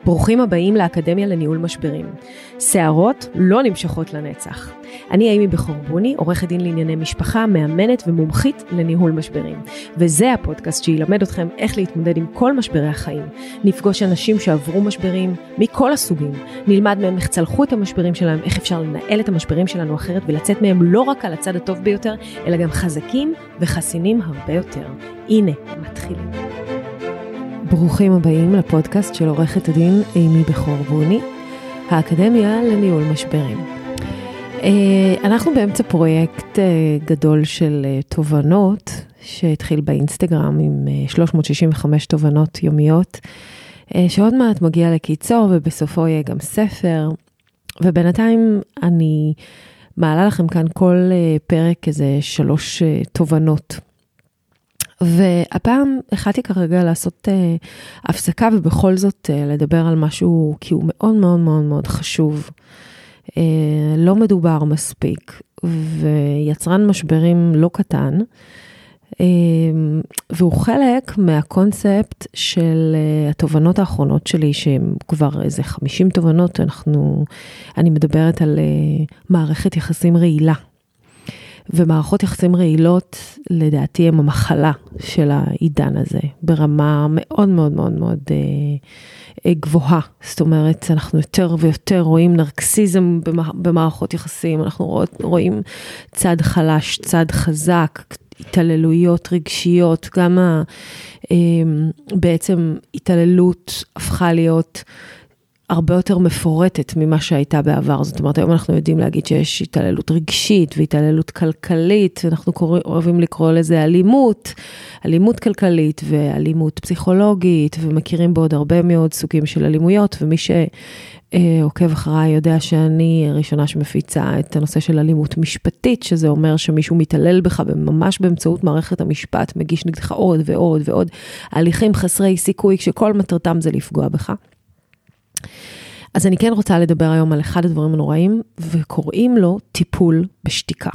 ברוכים הבאים לאקדמיה לניהול משברים. שערות לא נמשכות לנצח. אני אימי בחורבוני, עורכת דין לענייני משפחה, מאמנת ומומחית לניהול משברים. וזה הפודקאסט שילמד אתכם איך להתמודד עם כל משברי החיים. נפגוש אנשים שעברו משברים מכל הסוגים. נלמד מהם איך צלחו את המשברים שלהם, איך אפשר לנהל את המשברים שלנו אחרת ולצאת מהם לא רק על הצד הטוב ביותר, אלא גם חזקים וחסינים הרבה יותר. הנה, מתחילים. ברוכים הבאים לפודקאסט של עורכת הדין אימי בחורבוני, האקדמיה לניהול משברים. אנחנו באמצע פרויקט גדול של תובנות, שהתחיל באינסטגרם עם 365 תובנות יומיות, שעוד מעט מגיע לקיצור ובסופו יהיה גם ספר, ובינתיים אני מעלה לכם כאן כל פרק איזה 3 תובנות. והפעם החלטתי כרגע לעשות הפסקה ובכל זאת לדבר על משהו כי הוא מאוד מאוד מאוד מאוד חשוב. לא מדובר מספיק ויצרן משברים לא קטן, והוא חלק מהקונספט של התובנות האחרונות שלי, שהן כבר איזה 50 תובנות. אני מדברת על מערכת יחסים רעילה. ומערכות יחסים רעילות, לדעתי, הם המחלה של העידן הזה, ברמה מאוד מאוד מאוד מאוד גבוהה. זאת אומרת, אנחנו יותר ויותר רואים נרקסיזם במערכות יחסים, אנחנו רואים צד חלש, צד חזק, התעללויות רגשיות, גם בעצם התעללות הפכה להיות הרבה יותר מפורטת ממה שהייתה בעבר. זאת אומרת, היום אנחנו יודעים להגיד שיש התעללות רגשית והתעללות כלכלית, אנחנו אוהבים לקרוא לזה אלימות כלכלית ואלימות פסיכולוגית, ומכירים בעוד הרבה מאוד סוגים של אלימויות, ומי שעוקב אחריי יודע שאני ראשונה שמפיצה את הנושא של אלימות משפטית, שזה אומר שמישהו מתעלל בך ממש באמצעות מערכת המשפט, מגיש נגדך עוד ועוד ועוד הליכים חסרי סיכוי, כשכל מטרתם זה לפגוע בך. אז אני כן רוצה לדבר היום על אחד הדברים הנוראים, וקוראים לו טיפול בשתיקה.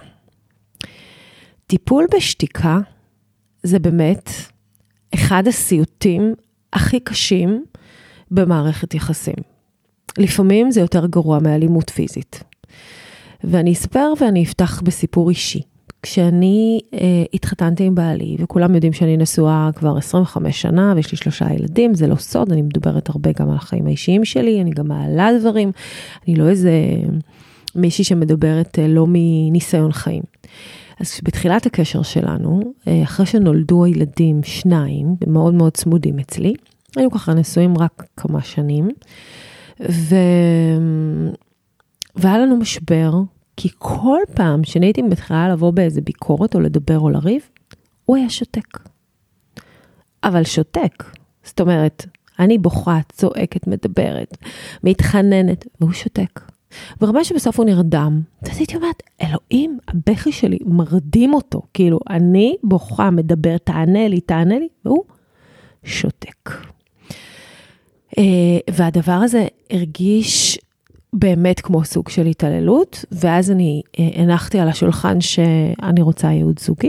טיפול בשתיקה זה באמת אחד הסיוטים הכי קשים במערכת יחסים. לפעמים זה יותר גרוע מאלימות פיזית. ואני אספר ואני אפתח בסיפור אישי. כשאני התחתנתי עם בעלי, וכולם יודעים שאני נשואה כבר 25 שנה, ויש לי 3 ילדים, זה לא סוד, אני מדברת הרבה גם על החיים האישיים שלי, אני גם מעלה דברים, אני לא איזה מישהי שמדברת לא מניסיון חיים. אז בתחילת הקשר שלנו, אחרי שנולדו הילדים 2, מאוד מאוד צמודים אצלי, היינו ככה נשואים רק כמה שנים, והיה לנו משבר, כי כל פעם שאני הייתי מתחילה לבוא באיזה ביקורת או לדבר או לריב, הוא היה שותק. אבל שותק. זאת אומרת, אני בוכה, צועקת, מדברת, מתחננת, והוא שותק. ורמה שבסוף הוא נרדם. אז הייתי אומרת, אלוהים, הבכי שלי מרדים אותו. כאילו, אני בוכה, מדבר, תענה לי, והוא שותק. והדבר הזה הרגיש באמת כמו סוג של התעללות, ואז אני הנחתי על השולחן שאני רוצה ייעוץ זוגי.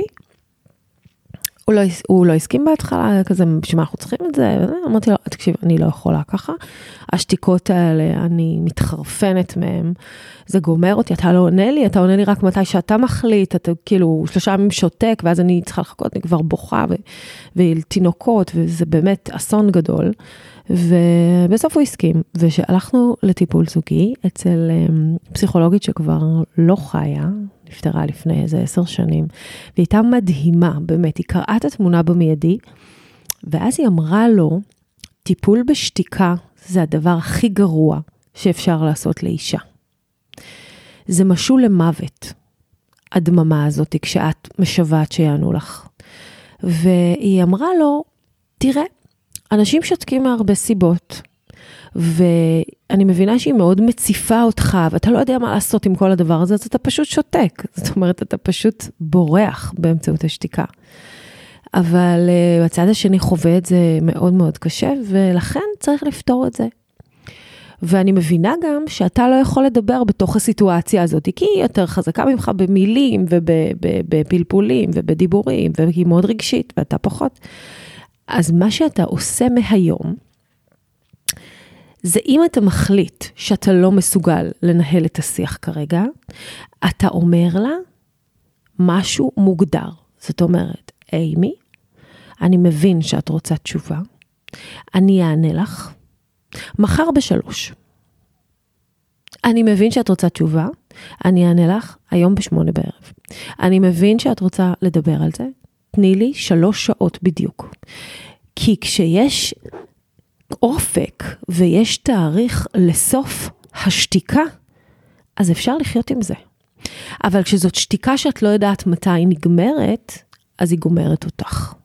הוא לא הסכים בהתחלה, כזה, שמה אנחנו צריכים את זה? אמרתי לו, תקשיב, אני לא יכולה ככה. השתיקות האלה, אני מתחרפנת מהם. זה גומר אותי, אתה עונה לי רק מתי שאתה מחליט, אתה כאילו 3 ימים שותק, ואז אני צריכה לחכות, אני כבר בוכה, ותינוקות, וזה באמת אסון גדול. ובסוף הוא הסכים, ושהלכנו לטיפול זוגי אצל פסיכולוגית שכבר לא חיה, נפטרה לפני איזה 10 שנים, והיא הייתה מדהימה, באמת, היא קראה את התמונה במיידי, ואז היא אמרה לו, טיפול בשתיקה זה הדבר הכי גרוע שאפשר לעשות לאישה. זה משהו למוות, הדממה הזאת, כשאת משוועת שיענו לך. והיא אמרה לו, תראה, אנשים שותקים מהרבה סיבות, ואני מבינה שהיא מאוד מציפה אותך, ואתה לא יודע מה לעשות עם כל הדבר הזה, אז אתה פשוט שותק. זאת אומרת, אתה פשוט בורח באמצעות השתיקה. אבל הצד השני חווה את זה מאוד מאוד קשה, ולכן צריך לפתור את זה. ואני מבינה גם שאתה לא יכול לדבר בתוך הסיטואציה הזאת, כי היא יותר חזקה ממך במילים ובפלפולים ובדיבורים, והיא מאוד רגשית, ואתה פחות. אז מה שאתה עושה מהיום, זה אם אתה מחליט שאתה לא מסוגל לנהל את השיח כרגע, אתה אומר לה משהו מוגדר. זאת אומרת, אימי, אני מבין שאת רוצה תשובה, אני אענה לך, מחר ב3. אני מבין שאת רוצה תשובה, אני אענה לך היום ב8 בערב. אני מבין שאת רוצה לדבר על זה, תני לי 3 שעות בדיוק. כי כשיש אופק ויש תאריך לסוף השתיקה, אז אפשר לחיות עם זה. אבל כשזאת שתיקה שאת לא יודעת מתי היא נגמרת, אז היא גומרת אותך.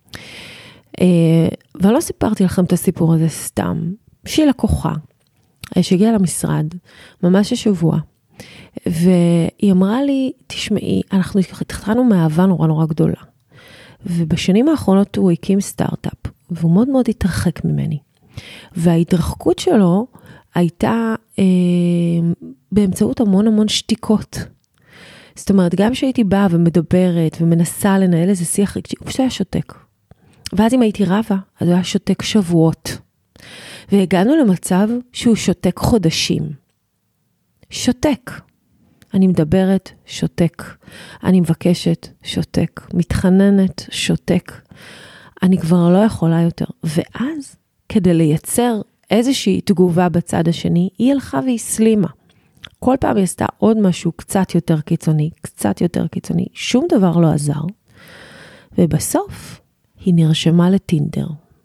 ולא סיפרתי לכם את הסיפור הזה סתם. שהיא לקוחה, שהגיעה למשרד, ממש השבוע, והיא אמרה לי, תשמעי, אנחנו התחתנו מאהבה נורא נורא גדולה. ובשנים האחרונות הוא הקים סטארט-אפ, והוא מאוד מאוד התרחק ממני. וההתרחקות שלו הייתה באמצעות המון המון שתיקות. זאת אומרת, גם שהייתי באה ומדברת ומנסה לנהל איזה שיח רגשי, הוא פשוט היה שותק. ואז אם הייתי רבה, אז הוא היה שותק שבועות. והגענו למצב שהוא שותק חודשים. שותק. אני מדברת, שותק. אני מבקשת, שותק. מתחננת, שותק. אני כבר לא יכולה יותר. ואז, כדי לייצר איזושהי תגובה בצד השני, היא הלכה והסלימה. כל פעם היא עשתה עוד משהו קצת יותר קיצוני, קצת יותר קיצוני. שום דבר לא עזר. ובסוף, היא נרשמה לטינדר.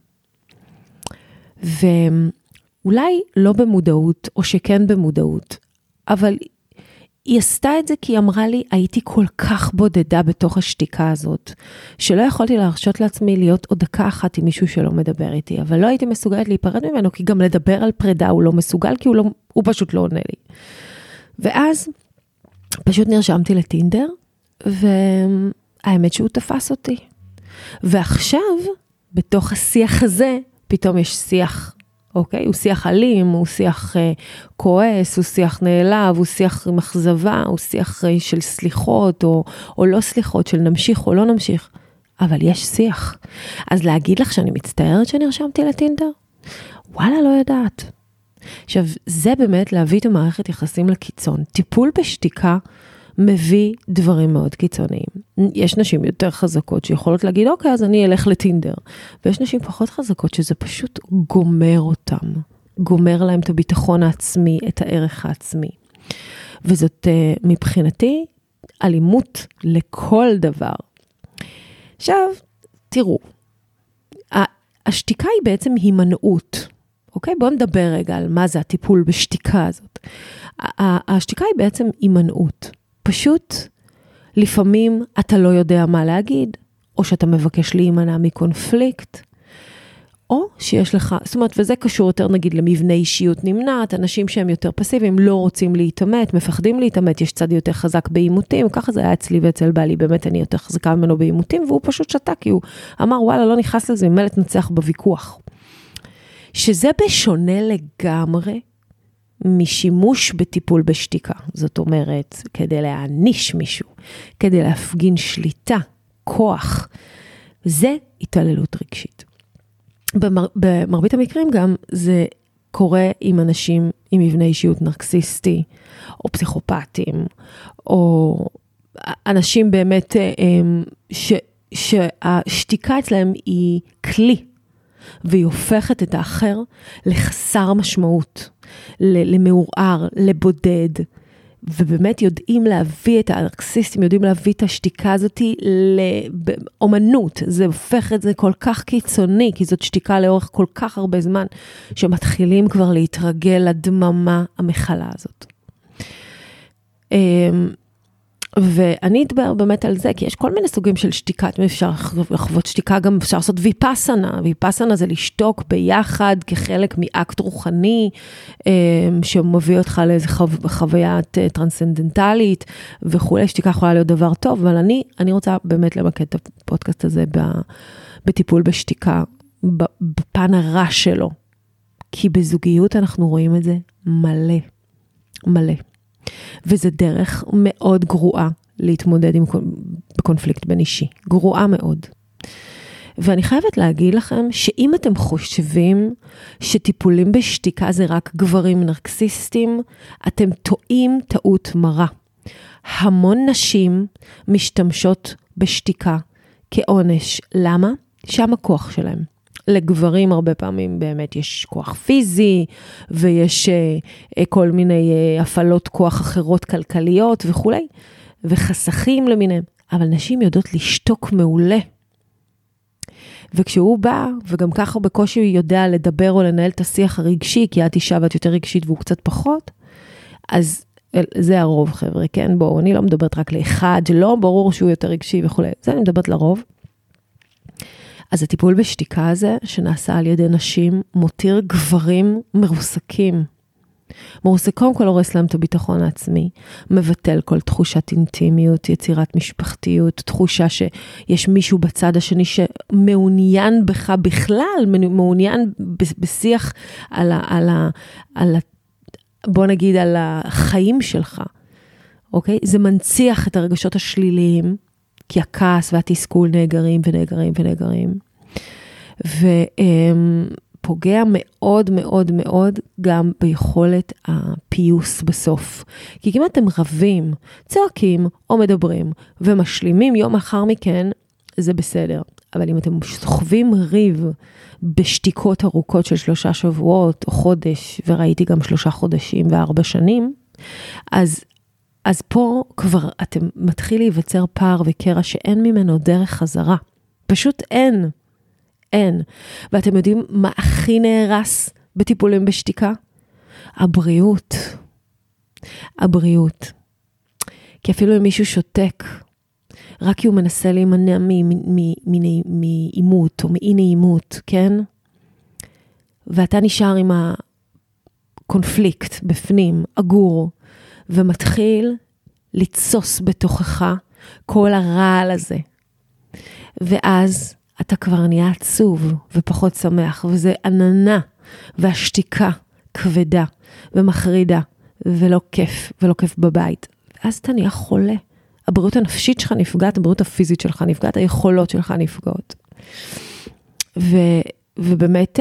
ואולי לא במודעות, או שכן במודעות, אבל היא עשתה את זה כי היא אמרה לי, הייתי כל כך בודדה בתוך השתיקה הזאת, שלא יכולתי להרשות לעצמי להיות עוד דקה אחת עם מישהו שלא מדבר איתי, אבל לא הייתי מסוגלת להיפרד ממנו, כי גם לדבר על פרידה הוא לא מסוגל, כי הוא פשוט לא עונה לי. ואז פשוט נרשמתי לטינדר, והאמת שהוא תפס אותי. ועכשיו, בתוך השיח הזה, פתאום יש שיח, אוקיי? הוא שיח אלים, הוא שיח כועס, הוא שיח נעלב, הוא שיח מחזבה, הוא שיח של סליחות, או לא סליחות, של נמשיך או לא נמשיך. אבל יש שיח. אז להגיד לך שאני מצטערת שנרשמתי לטינדר? וואלה, לא יודעת. עכשיו, זה באמת להביא את המערכת יחסים לקיצון. טיפול בשתיקה מביא דברים מאוד קיצוניים. יש נשים יותר חזקות שיכולות להגיד, אוקיי, אז אני אלך לטינדר. ויש נשים פחות חזקות שזה פשוט גומר אותם. גומר להם את הביטחון העצמי, את הערך העצמי. וזאת מבחינתי אלימות לכל דבר. עכשיו, תראו, השתיקה היא בעצם הימנעות. אוקיי? בואו נדבר רגע על מה זה הטיפול בשתיקה הזאת. השתיקה היא בעצם הימנעות. פשוט, לפעמים אתה לא יודע מה להגיד, או שאתה מבקש להימנע מקונפליקט, או שיש לך, זאת אומרת, וזה קשור יותר נגיד למבנה אישיות נמנעת, אנשים שהם יותר פסיביים לא רוצים להתאמת, מפחדים להתאמת, יש צד יותר חזק באימותים, ככה זה היה אצלי ואצל בעלי, באמת אני יותר חזקה ממנו באימותים, והוא פשוט שתק, כי הוא אמר, וואלה, לא נכנס לזה, ממילא תנצח בוויכוח. שזה בשונה לגמרי משימוש בטיפול בשתיקה. זאת אומרת, כדי להעניש מישהו, כדי להפגין שליטה, כוח, זה התעללות רגשית. במרבית המקרים גם זה קורה עם אנשים עם מבנה אישיות נרקסיסטי, או פסיכופטים, או אנשים באמת שהשתיקה אצלהם היא כלי, והיא הופכת את האחר לחסר משמעות, למעורער, לבודד, ובאמת יודעים להביא את האנרקסיסטים, יודעים להביא את השתיקה הזאת לאומנות, זה הופך את זה כל כך קיצוני, כי זאת שתיקה לאורך כל כך הרבה זמן, שמתחילים כבר להתרגל לדממה המחלה הזאת. ואני אדבר באמת על זה, כי יש כל מיני סוגים של שתיקה, אפשר לחוות שתיקה, גם אפשר לעשות ויפאסנה, ויפאסנה זה לשתוק ביחד, כחלק מאקט רוחני, שמביא אותך לאיזו חוויה טרנסצנדנטלית, וכולי, שתיקה יכולה להיות דבר טוב, אבל אני רוצה באמת למקד את הפודקאסט הזה, בטיפול בשתיקה, בפן הרע שלו, כי בזוגיות אנחנו רואים את זה מלא, מלא. וזה דרך מאוד גרועה להתמודד עם בקונפליקט בין אישי. גרועה מאוד. ואני חייבת להגיד לכם, שאם אתם חושבים שטיפולים בשתיקה זה רק גברים נרקסיסטים, אתם טועים טעות מרה. המון נשים משתמשות בשתיקה כעונש. למה? שם הכוח שלהם. לגברים הרבה פעמים באמת יש כוח פיזי, ויש כל מיני הפעלות כוח אחרות כלכליות וכו', וחסכים למיניהם. אבל נשים יודעות לשתוק מעולה. וכשהוא בא, וגם ככה בקושי יודע לדבר או לנהל את השיח הרגשי, כי את אישה ואת יותר רגשית והוא קצת פחות, אז זה הרוב חבר'ה, כן? בואו, אני לא מדברת רק לאחד, שלא ברור שהוא יותר רגשי וכו'. זה אני מדברת לרוב. אז הטיפול בשתיקה הזה, שנעשה על ידי נשים, מותיר גברים מרוסקים. קודם כל הורס להם את הביטחון העצמי, מבטל כל תחושת אינטימיות, יצירת משפחתיות, תחושה שיש מישהו בצד השני שמעוניין בך בכלל, מעוניין בשיח בוא נגיד על החיים שלך, אוקיי? זה מנציח את הרגשות השליליים, כי הכעס והתסכול נאגרים ונאגרים ונאגרים, פוגע מאוד מאוד מאוד גם ביכולת הפיוס בסוף. כי אם אתם רבים, צועקים או מדברים ומשלימים יום אחר מכן, זה בסדר. אבל אם אתם סוחבים ריב בשתיקות ארוכות של 3 שבועות או חודש, וראיתי גם 3 חודשים ו4 שנים, אז פה כבר אתם מתחיל להיווצר פער וקרע שאין ממנו דרך חזרה. פשוט אין. אין. ואתם יודעים מה הכי נהרס בטיפולים בשתיקה? הבריאות. הבריאות. כי אפילו אם מישהו שותק, רק כי הוא מנסה להימנע מאימות או מאי נעימות, כן? ואתה נשאר עם הקונפליקט בפנים, אגור, ומתחיל לצוס בתוכך כל הרעל הזה. ואז אתה כבר נהיה עצוב ופחות שמח, וזה עננה והשתיקה כבדה ומחרידה, ולא כיף בבית. ואז אתה נהיה חולה. הבריאות הנפשית שלך נפגעת, הבריאות הפיזית שלך נפגעת, היכולות שלך נפגעות. ובאמת,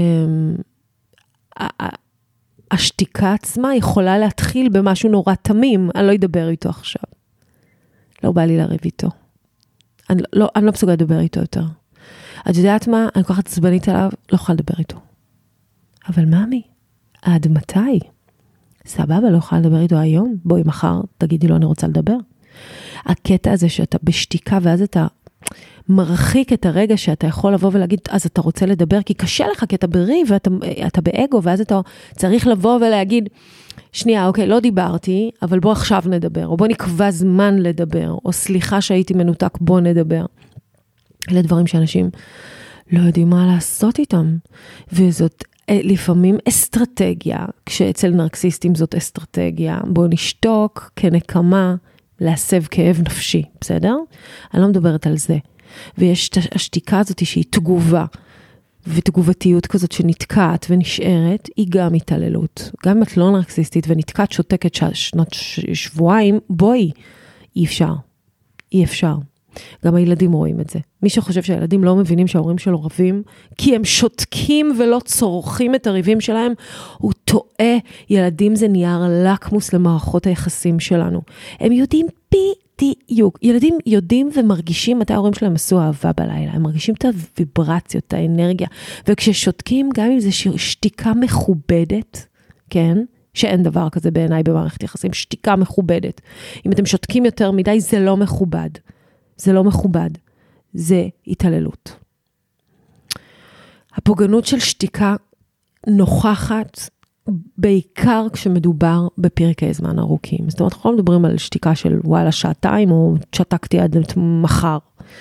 השתיקה עצמה יכולה להתחיל במשהו נורא תמים, אני לא אדבר איתו עכשיו. לא בא לי לריב איתו. אני לא מסוגל לדבר איתו יותר. את יודעת מה? אני כל כך עצבנית עליו, לא יכולה לדבר איתו. אבל מאמי, עד מתי? סבבה, לא יכולה לדבר איתו היום? בואי מחר, תגידי לו, אני רוצה לדבר. הקטע הזה שאתה בשתיקה, ואז אתה מרחיק את הרגע שאתה יכול לבוא ולהגיד, אז אתה רוצה לדבר, כי קשה לך, כי אתה בריב, ואתה באגו, ואז אתה צריך לבוא ולהגיד, שנייה, אוקיי, לא דיברתי, אבל בוא עכשיו נדבר, או בוא נקבע זמן לדבר, או סליחה שהייתי מנותק, בוא נדבר. אלה דברים שאנשים לא יודעים מה לעשות איתם, וזאת לפעמים אסטרטגיה, כשאצל נרקסיסטים זאת אסטרטגיה, בוא נשתוק כנקמה, להסב כאב נפשי, בסדר? אני לא מדברת על זה. ויש את השתיקה הזאת שהיא תגובה, ותגובתיות כזאת שנתקעת ונשארת, היא גם התעללות. גם אם את לא נרקסיסטית ונתקעת שותקת שבועיים, בואי, אי אפשר. אי אפשר. גם הילדים רואים את זה. מי שחושב שהילדים לא מבינים שההורים שלו רבים, כי הם שותקים ולא צורכים את הריבים שלהם, הוא טועה. ילדים זה נייר לקמוס למערכות היחסים שלנו. הם יודעים בדיוק. ילדים יודעים ומרגישים מתי ההורים שלהם עשו אהבה בלילה. הם מרגישים את הוויברציות, את האנרגיה. וכששותקים, גם אם זה שתיקה מכובדת, כן? שאין דבר כזה בעיניי במערכת יחסים, שתיקה מכובדת. אם אתם שותקים יותר מדי, זה לא מכובד. זה לא מכובד, זה התעללות. הפוגענות של שתיקה נוכחת בעיקר כשמדובר בפרקי זמן ארוכים. זאת אומרת, אנחנו לא מדברים על שתיקה של וואלה שעתיים, או שתקתי עד מחר.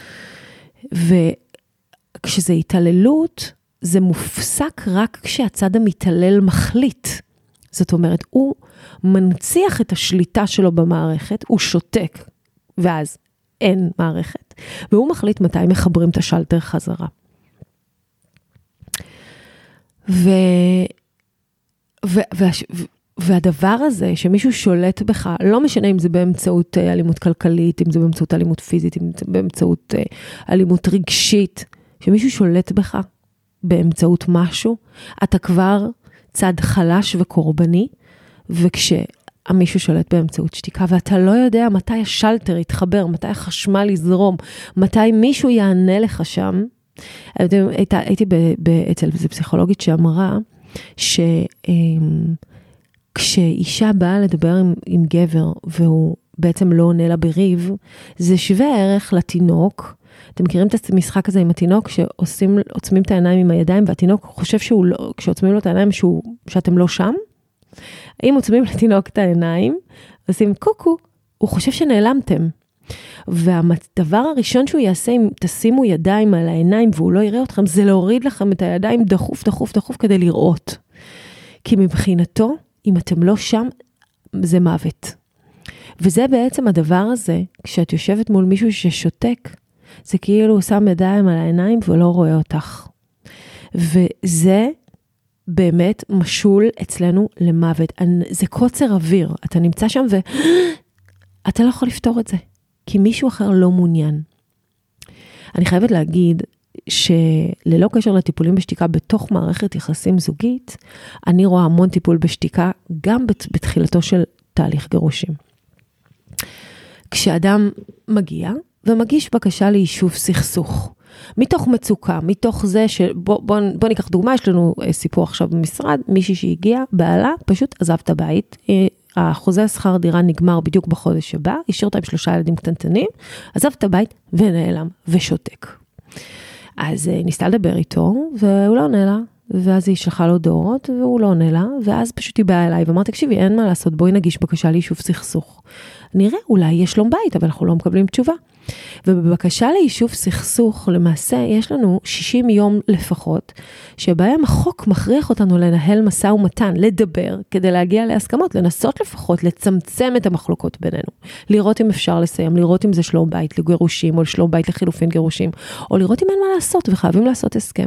וכשזה התעללות, זה מופסק רק כשהצד המתעלל מחליט. זאת אומרת, הוא מנציח את השליטה שלו במערכת, הוא שותק, ואז אין מערכת, והוא מחליט מתי מחברים את השלטר חזרה. והדבר הזה, שמישהו שולט בך, לא משנה אם זה באמצעות אלימות כלכלית, אם זה באמצעות אלימות פיזית, אם זה באמצעות אלימות רגשית, שמישהו שולט בך באמצעות משהו, אתה כבר צד חלש וקורבני, וכשמישהו שולט באמצעות שתיקה, ואתה לא יודע מתי השלטר יתחבר, מתי החשמל יזרום, מתי מישהו יענה לך שם. הייתי אצל איזו פסיכולוגית שאמרה, כשאישה באה לדבר עם גבר, והוא בעצם לא עונה לה בריב, זה שווה ערך לתינוק. אתם מכירים את המשחק הזה עם התינוק, שעוצמים את העיניים עם הידיים, והתינוק חושב כשעוצמים לו את העיניים שאתם לא שם? אם עוצמים לתינוק את העיניים, עושים קוקו, הוא חושב שנעלמתם. והדבר הראשון שהוא יעשה, אם תשימו ידיים על העיניים, והוא לא יראה אתכם, זה להוריד לכם את הידיים דחוף, דחוף, דחוף, כדי לראות. כי מבחינתו, אם אתם לא שם, זה מוות. וזה בעצם הדבר הזה, כשאת יושבת מול מישהו ששותק, זה כאילו הוא שם ידיים על העיניים ולא רואה אותך. וזה באמת משול אצלנו למוות. זה קוצר אוויר. אתה נמצא שם ואתה לא יכול לפתור את זה. כי מישהו אחר לא מעוניין. אני חייבת להגיד שללא קשר לטיפולים בשתיקה בתוך מערכת יחסים זוגית, אני רואה המון טיפול בשתיקה גם בתחילתו של תהליך גירושים. כשאדם מגיע ומגיש בקשה ליישוב סכסוך, מתוך מצוקה, מתוך זה בוא ניקח דוגמה, יש לנו סיפור עכשיו במשרד, מישהי שהגיע, בעלה פשוט עזב את הבית, החוזה שכר דירה נגמר בדיוק בחודש הבא, השאיר אותה עם 3 ילדים קטנטנים, עזב את הבית ונעלם ושותק. אז ניסתה לדבר איתו, והוא לא עונה לה, ואז היא שלחה לו דורות, והוא לא עונה לה, ואז פשוט היא באה אליי, ואמרה, תקשיבי, אין מה לעשות, בואי נגיש בקשה ליישוב סכסוך. נראה, אולי יש שלום בית, אבל אנחנו לא מקבלים תשובה. ובבקשה ליישוב סכסוך, למעשה, יש לנו 60 יום לפחות, שבהם החוק מכריח אותנו לנהל משא ומתן, לדבר, כדי להגיע להסכמות, לנסות לפחות, לצמצם את המחלוקות בינינו, לראות אם אפשר לסיים, לראות אם זה שלום בית לגירושים, או שלום בית לחילופין גירושים, או לראות אם אין מה לעשות, וחייבים לעשות הסכם.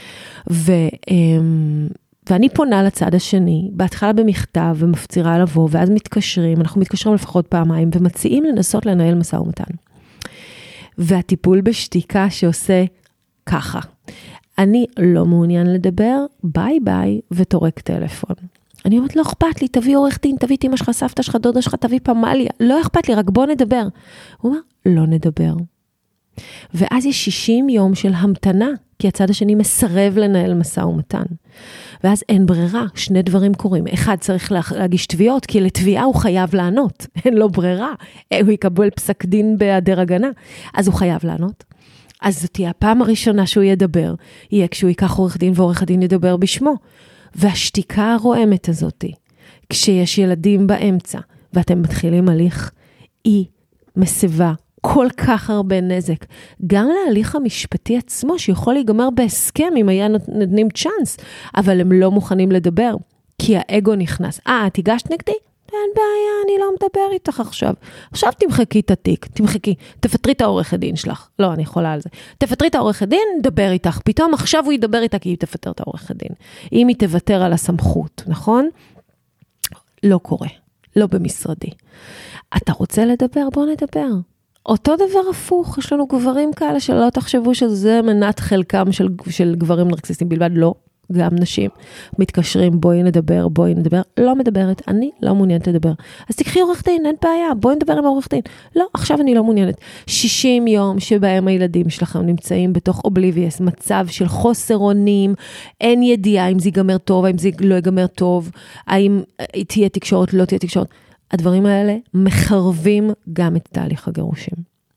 ואני פונה לצד השני, בהתחלה במכתב ומפצירה לבוא, ואז מתקשרים, אנחנו מתקשרים לפחות פעמיים, ומציעים לנסות לנהל משא ומתן. והטיפול בשתיקה שעושה ככה, אני לא מעוניין לדבר, ביי ביי, ותורק טלפון. אני אומרת, לא אכפת לי, תביא עורך דין, תביא את אמא שלך, סבתא שלך, דודה שלך, תביא פמליה, לא אכפת לי, רק בוא נדבר. הוא אומר, לא נדבר. ואז יש 60 יום של המתנה, כי הצד השני מסרב לנהל משא ומתן. ואז אין ברירה, 2 דברים קורים. אחד, צריך להגיש תביעות, כי לתביעה הוא חייב לענות. אין לו ברירה. הוא יקבל פסק דין בהיעדר הגנה. אז הוא חייב לענות. אז זאת תהיה הפעם הראשונה שהוא ידבר, יהיה כשהוא ייקח עורך דין, ועורך הדין ידבר בשמו. והשתיקה הרועמת הזאת, כשיש ילדים באמצע, ואתם מתחילים הליך, היא מסבה כל כך הרבה נזק, גם להליך המשפטי עצמו, שיכול להיגמר בהסכם, אם היה נותנים צ'אנס, אבל הם לא מוכנים לדבר, כי האגו נכנס. את הגשת נגדי? אין בעיה, אני לא מדבר איתך עכשיו. עכשיו תמחקי את התיק, תפטרי את העורך הדין שלך. לא, אני יכולה על זה. תפטרי את העורך הדין, דבר איתך. פתאום עכשיו הוא ידבר איתה, כי היא תפטר את העורך הדין. אם היא תוותר על הסמכות, נכון? לא קורה. לא במשרדי. אתה רוצה לדבר? בוא נדבר. אותו דבר הפוך, יש לנו גברים כאלה שלא תחשבו שזה מנת חלקם של גברים נרקסיסטים בלבד, לא, גם נשים מתקשרים, בואי נדבר, לא מדברת, אני לא מעוניינת לדבר. אז תקחי עורך דין, אין בעיה, בואי נדבר עם עורך דין. לא, עכשיו אני לא מעוניינת. 60 יום שבהם הילדים שלכם נמצאים בתוך אובליביוס, מצב של חוסר אונים, אין ידיעה אם זה ייגמר טוב, האם זה לא ייגמר טוב, האם תהיה תקשורת, לא תהיה תקשורת. הדברים האלה מחרבים גם את תהליך הגירושים.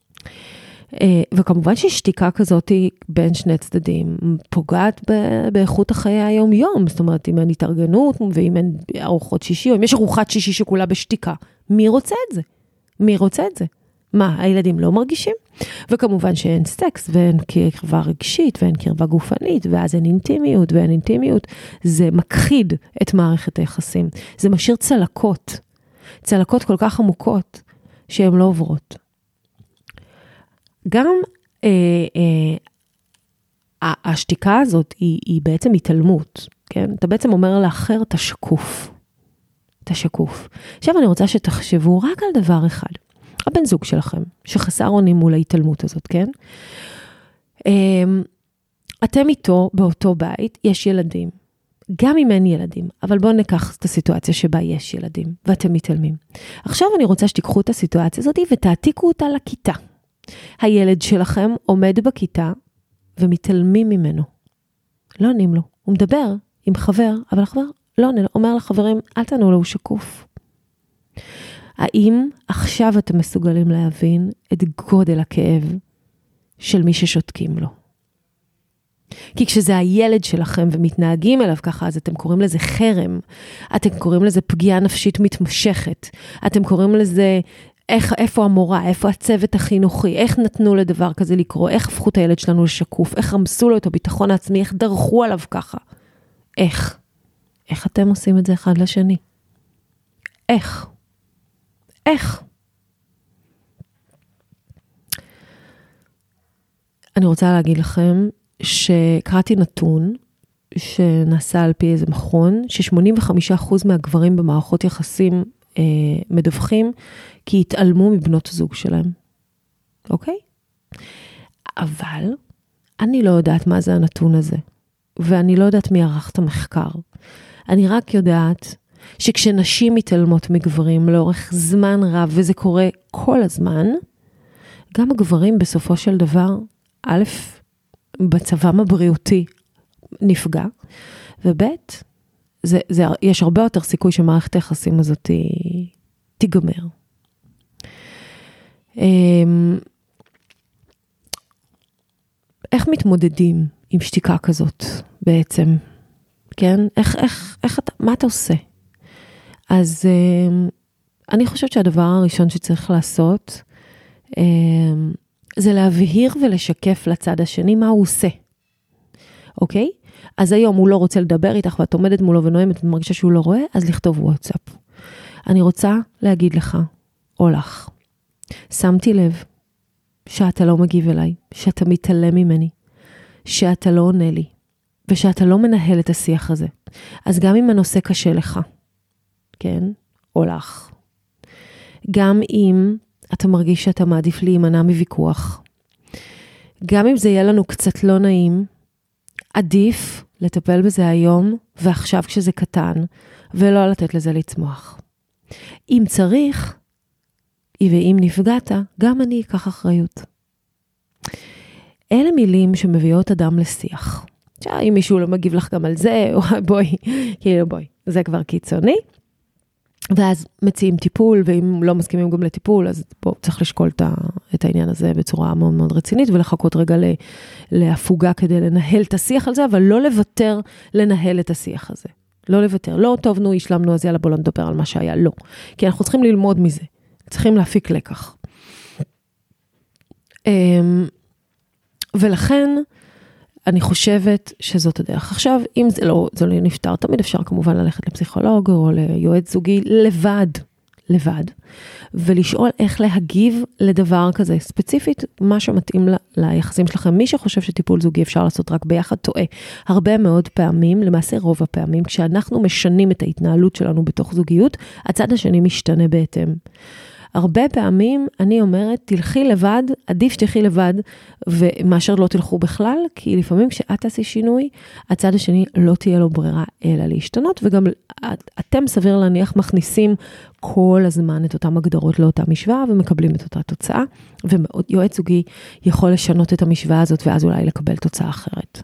וכמובן ששתיקה כזאת בין שני צדדים פוגעת באיכות החיי היום-יום, זאת אומרת, אם אין התארגנות, ואם אין ארוחות שישי, או אם יש ארוחת שישי שכולה בשתיקה, מי רוצה את זה? מי רוצה את זה? מה, הילדים לא מרגישים? וכמובן שאין סקס, ואין קרבה רגשית, ואין קרבה גופנית, ואז אין אינטימיות, ואין אינטימיות, זה מכחיד את מערכת היחסים. זה משאיר צלקות כל כך עמוקות, שהן לא עוברות. גם השתיקה הזאת היא בעצם התעלמות, כן? אתה בעצם אומר לאחר, אתה שקוף. אתה שקוף. עכשיו אני רוצה שתחשבו רק על דבר אחד. הבן זוג שלכם, שחסר אונים מול ההתעלמות הזאת, כן? אתם איתו באותו בית, יש ילדים. גם אם אין ילדים, אבל בואו ניקח את הסיטואציה שבה יש ילדים, ואתם מתעלמים. עכשיו אני רוצה שתיקחו את הסיטואציה הזאת ותעתיקו אותה לכיתה. הילד שלכם עומד בכיתה ומתעלמים ממנו. לא עונים לו. הוא מדבר עם חבר, אבל החבר לא עונה לו. אומר לחברים, אל תענו לו, הוא שקוף. האם עכשיו אתם מסוגלים להבין את גודל הכאב של מי ששותקים לו? כי כשזה הילד שלכם ומתנהגים אליו ככה, אז אתם קוראים לזה חרם, אתם קוראים לזה פגיעה נפשית מתמשכת, אתם קוראים לזה איפה המורה, איפה הצוות החינוכי, איך נתנו לדבר כזה לקרוא, איך הפכו את הילד שלנו לשקוף, איך רמסו לו את הביטחון העצמי, איך דרכו עליו ככה. איך אתם עושים את זה אחד לשני? איך? אני רוצה להגיד לכם שקראתי נתון שנעשה על פי איזה מכון, ש85% מהגברים במערכות יחסים מדווחים כי התעלמו מבנות זוג שלהם. אוקיי? אבל אני לא יודעת מה זה הנתון הזה, ואני לא יודעת מי ערך את המחקר. אני רק יודעת שכשנשים מתעלמות מגברים לאורך זמן רב, וזה קורה כל הזמן, גם הגברים בסופו של דבר, א', בצבם הבריאותי נפגע, וב', יש הרבה יותר סיכוי שמערכת היחסים הזאת תיגמר. איך מתמודדים עם שתיקה כזאת בעצם? כן? מה אתה עושה? אז אני חושבת שהדבר הראשון שצריך לעשות, זה להבהיר ולשקף לצד השני מה הוא עושה. אוקיי? אז היום הוא לא רוצה לדבר איתך, ואת עומדת מולו ונואמת, ומרגישה שהוא לא רואה, אז לכתוב וואטסאפ. אני רוצה להגיד לך, או לך, שמתי לב שאתה לא מגיב אליי, שאתה מתעלם ממני, שאתה לא עונה לי, ושאתה לא מנהל את השיח הזה. אז גם אם הנושא קשה לך, כן? או לך. גם אם אתה מרגיש שאתה מעדיף להימנע מוויכוח, גם אם זה יהיה לנו קצת לא נעים, עדיף לטפל בזה היום ועכשיו כשזה קטן, ולא לתת לזה לצמוח. אם צריך, ואם נפגעת, גם אני אקח אחריות. אלה מילים שמביאות אדם לשיח. אם מישהו לא מגיב לך גם על זה, בואי, זה כבר קיצוני. ואז מציעים טיפול, ואם לא מסכימים גם לטיפול, אז בוא, צריך לשקול את העניין הזה בצורה מאוד מאוד רצינית, ולחכות רגע להפוגה כדי לנהל את השיח על זה, אבל לא לוותר לנהל את השיח הזה. לא לוותר. לא טוב, נו, השלמנו, אז יאללה, בוא לא נדבר על מה שהיה. לא. כי אנחנו צריכים ללמוד מזה. צריכים להפיק לקח. ולכן, אני חושבת שזאת הדרך. עכשיו, אם זה לא נפתר, תמיד אפשר כמובן ללכת לפסיכולוג או ליועץ זוגי לבד, ולשאול איך להגיב לדבר כזה. ספציפית, מה שמתאים ליחסים שלכם. מי שחושב שטיפול זוגי אפשר לעשות רק ביחד, טועה. הרבה מאוד פעמים, למעשה רוב הפעמים, כשאנחנו משנים את ההתנהלות שלנו בתוך זוגיות, הצד השני משתנה בהתאם. הרבה פעמים אני אומרת, תלכי לבד, עדיף שתלכי לבד, ומאשר לא תלכו בכלל, כי לפעמים כשאת תעשי שינוי, הצד השני לא תהיה לו ברירה אלא להשתנות, וגם אתם סביר להניח מכניסים כל הזמן את אותם הגדרות לאותה משוואה, ומקבלים את אותה תוצאה, ויועץ זוגי יכול לשנות את המשוואה הזאת, ואז אולי לקבל תוצאה אחרת.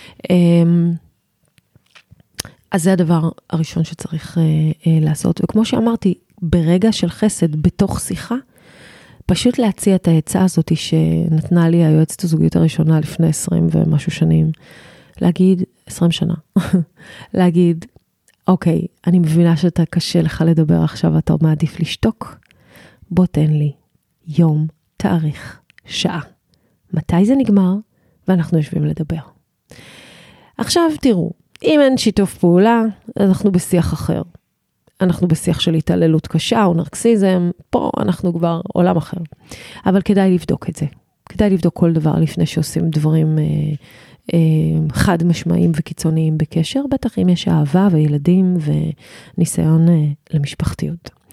אז זה הדבר הראשון שצריך לעשות, וכמו שאמרתי, ברגע של חסד, בתוך שיחה, פשוט להציע את העצה הזאת שנתנה לי היועצת הזוגיות הראשונה לפני 20 ומשהו שנים, להגיד 20 שנה, להגיד, אוקיי, אני מבינה שאתה קשה לך לדבר עכשיו, אתה מעדיף לשתוק, בוא תן לי יום, תאריך, שעה. מתי זה נגמר? ואנחנו יושבים לדבר. עכשיו תראו, אם אין שיתוף פעולה, אנחנו בשיח אחר. אנחנו בשיח של התעללות קשה או נרקסיזם, פה אנחנו כבר עולם אחר. אבל כדאי לבדוק את זה. כדאי לבדוק כל דבר לפני שעושים דברים חד משמעיים וקיצוניים בקשר, בטח אם יש אהבה וילדים וניסיון למשפחתיות.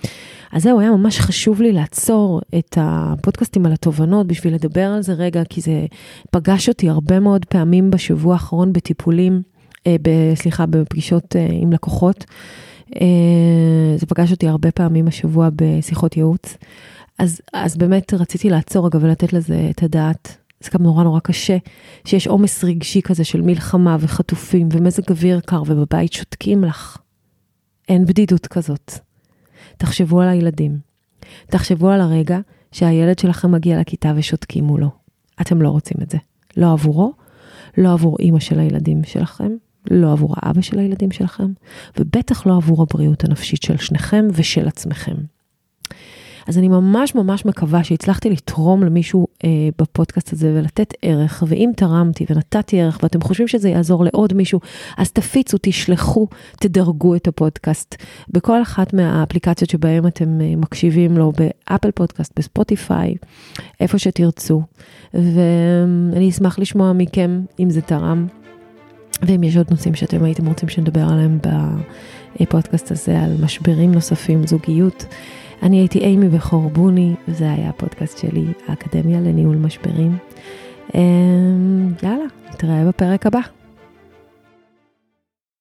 אז זהו, היה ממש חשוב לי לעצור את הפודקאסטים על התובנות, בשביל לדבר על זה רגע, כי זה פגש אותי הרבה מאוד פעמים בשבוע האחרון בטיפולים, בפגישות עם לקוחות, זה פגש אותי הרבה פעמים השבוע בשיחות ייעוץ, אז באמת רציתי לעצור רגע ולתת לזה את הדעת. זה גם נורא נורא קשה, שיש עומס רגשי כזה של מלחמה וחטופים ומזג אוויר קר, ובבית שותקים לך. אין בדידות כזאת. תחשבו על הילדים. תחשבו על הרגע שהילד שלכם מגיע לכיתה ושותקים מולו. אתם לא רוצים את זה. לא עבורו, לא עבור אמא של הילדים שלכם, לא עבור האבא של הילדים שלכם, ובטח לא עבור הבריאות הנפשית של שניכם ושל עצמכם. אז אני ממש ממש מקווה שהצלחתי לתרום למישהו בפודקאסט הזה ולתת ערך, ואם תרמתי ונתתי ערך ואתם חושבים שזה יעזור לעוד מישהו, אז תפיצו, תשלחו, תדרגו את הפודקאסט בכל אחת מהאפליקציות שבהם אתם מקשיבים לו, באפל פודקאסט, בספוטיפיי, איפה שתרצו, ואני אשמח לשמוע מכם אם זה תרם, ואם יש עוד נושאים שאתם הייתם רוצים שנדבר עליהם בפודקאסט הזה, על משברים נוספים, זוגיות. אני הייתי אימי בכור בוני, וזה היה הפודקאסט שלי, האקדמיה לניהול משברים. יאללה, נתראה בפרק הבא.